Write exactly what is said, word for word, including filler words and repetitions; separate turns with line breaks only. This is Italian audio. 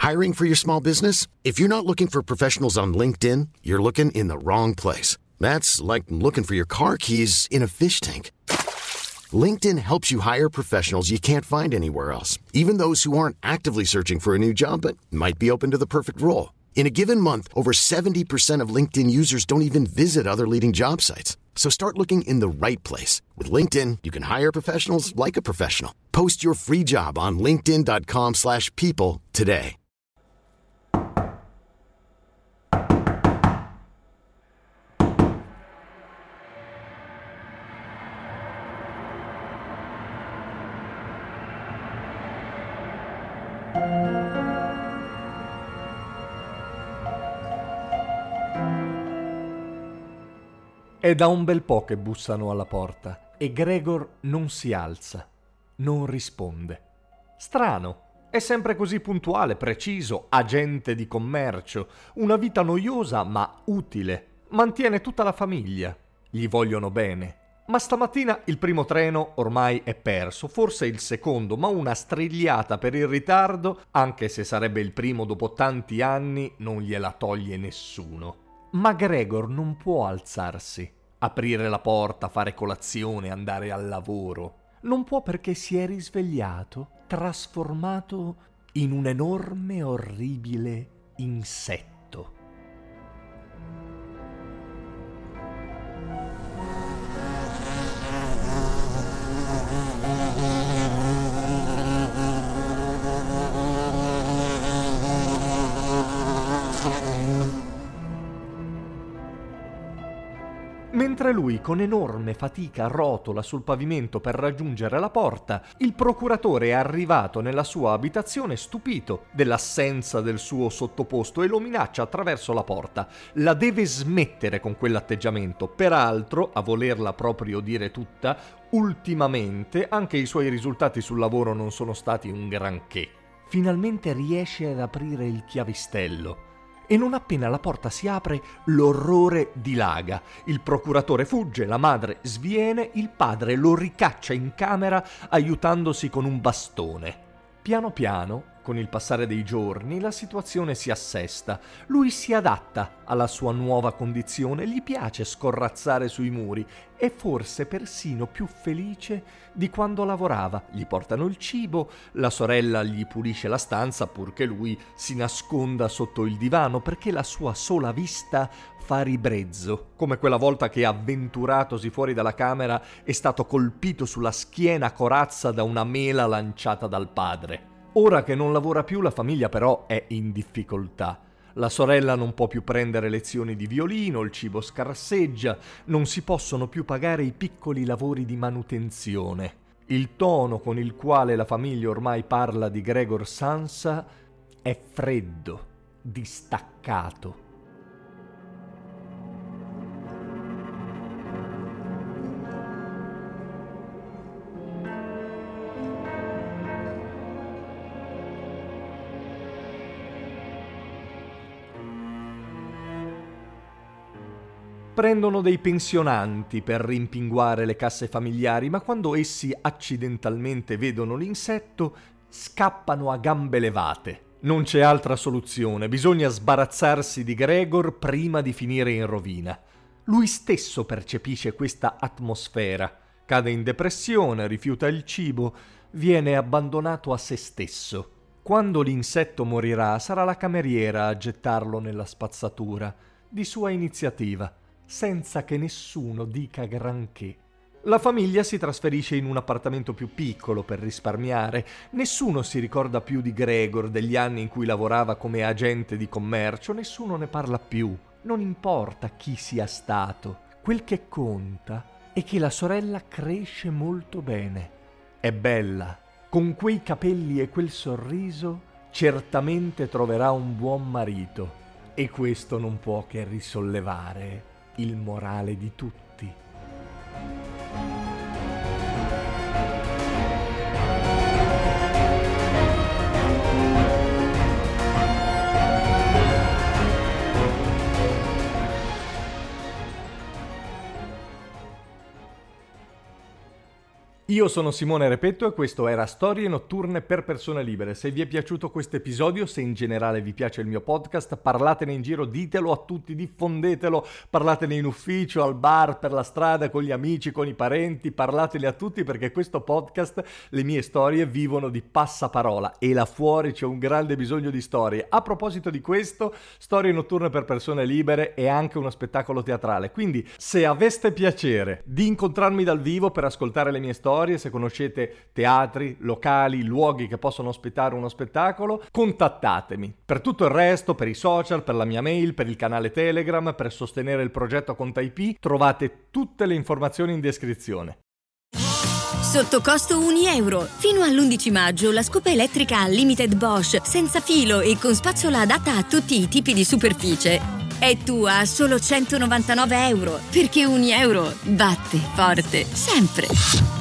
Hiring for your small business? If you're not looking for professionals on LinkedIn, you're looking in the wrong place. That's like looking for your car keys in a fish tank. LinkedIn helps you hire professionals you can't find anywhere else, even those who aren't actively searching for a new job but might be open to the perfect role. In a given month, over seventy percent of LinkedIn users don't even visit other leading job sites. So start looking in the right place. With LinkedIn, you can hire professionals like a professional. Post your free job on linkedin.com slash people today.
È da un bel po' che bussano alla porta e Gregor non si alza, non risponde. Strano, è sempre così puntuale, preciso, agente di commercio, una vita noiosa ma utile, mantiene tutta la famiglia, gli vogliono bene. Ma stamattina il primo treno ormai è perso, forse il secondo, ma una strigliata per il ritardo, anche se sarebbe il primo dopo tanti anni, non gliela toglie nessuno. Ma Gregor non può alzarsi, aprire la porta, fare colazione, andare al lavoro. Non può perché si è risvegliato, trasformato in un enorme, orribile insetto. Mentre lui con enorme fatica rotola sul pavimento per raggiungere la porta, il procuratore è arrivato nella sua abitazione stupito dell'assenza del suo sottoposto e lo minaccia attraverso la porta. La deve smettere con quell'atteggiamento. Peraltro, a volerla proprio dire tutta, ultimamente anche i suoi risultati sul lavoro non sono stati un granché. Finalmente riesce ad aprire il chiavistello. E non appena la porta si apre, l'orrore dilaga. Il procuratore fugge, la madre sviene, il padre lo ricaccia in camera aiutandosi con un bastone. Piano piano, con il passare dei giorni, la situazione si assesta. Lui si adatta alla sua nuova condizione, gli piace scorrazzare sui muri, è forse persino più felice di quando lavorava. Gli portano il cibo, la sorella gli pulisce la stanza purché lui si nasconda sotto il divano, perché la sua sola vista fa ribrezzo, come quella volta che, avventuratosi fuori dalla camera, è stato colpito sulla schiena corazza da una mela lanciata dal padre. Ora che non lavora più, la famiglia però è in difficoltà. La sorella non può più prendere lezioni di violino, il cibo scarseggia, non si possono più pagare i piccoli lavori di manutenzione. Il tono con il quale la famiglia ormai parla di Gregor Samsa è freddo, distaccato. Prendono dei pensionanti per rimpinguare le casse familiari, ma quando essi accidentalmente vedono l'insetto, scappano a gambe levate. Non c'è altra soluzione, bisogna sbarazzarsi di Gregor prima di finire in rovina. Lui stesso percepisce questa atmosfera, cade in depressione, rifiuta il cibo, viene abbandonato a se stesso. Quando l'insetto morirà, sarà la cameriera a gettarlo nella spazzatura, di sua iniziativa, senza che nessuno dica granché. La famiglia si trasferisce in un appartamento più piccolo per risparmiare. Nessuno si ricorda più di Gregor, degli anni in cui lavorava come agente di commercio, nessuno ne parla più. Non importa chi sia stato, quel che conta è che la sorella cresce molto bene. È bella, con quei capelli e quel sorriso certamente troverà un buon marito, e questo non può che risollevare il morale di tutti. Io sono Simone Repetto e questo era Storie notturne per persone libere. Se vi è piaciuto questo episodio, se in generale vi piace il mio podcast, parlatene in giro, ditelo a tutti, diffondetelo, parlatene in ufficio, al bar, per la strada, con gli amici, con i parenti, parlatene a tutti perché questo podcast, le mie storie vivono di passaparola e là fuori c'è un grande bisogno di storie. A proposito di questo, Storie notturne per persone libere è anche uno spettacolo teatrale, quindi se aveste piacere di incontrarmi dal vivo per ascoltare le mie storie, se conoscete teatri, locali, luoghi che possono ospitare uno spettacolo, contattatemi. Per tutto il resto, per i social, per la mia mail, per il canale Telegram, per sostenere il progetto Contaip, trovate tutte le informazioni in descrizione.
Sotto costo un euro. Fino all'undici maggio la scopa elettrica Limited Bosch, senza filo e con spazzola adatta a tutti i tipi di superficie. È tua a solo centonovantanove euro, perché un euro batte forte sempre.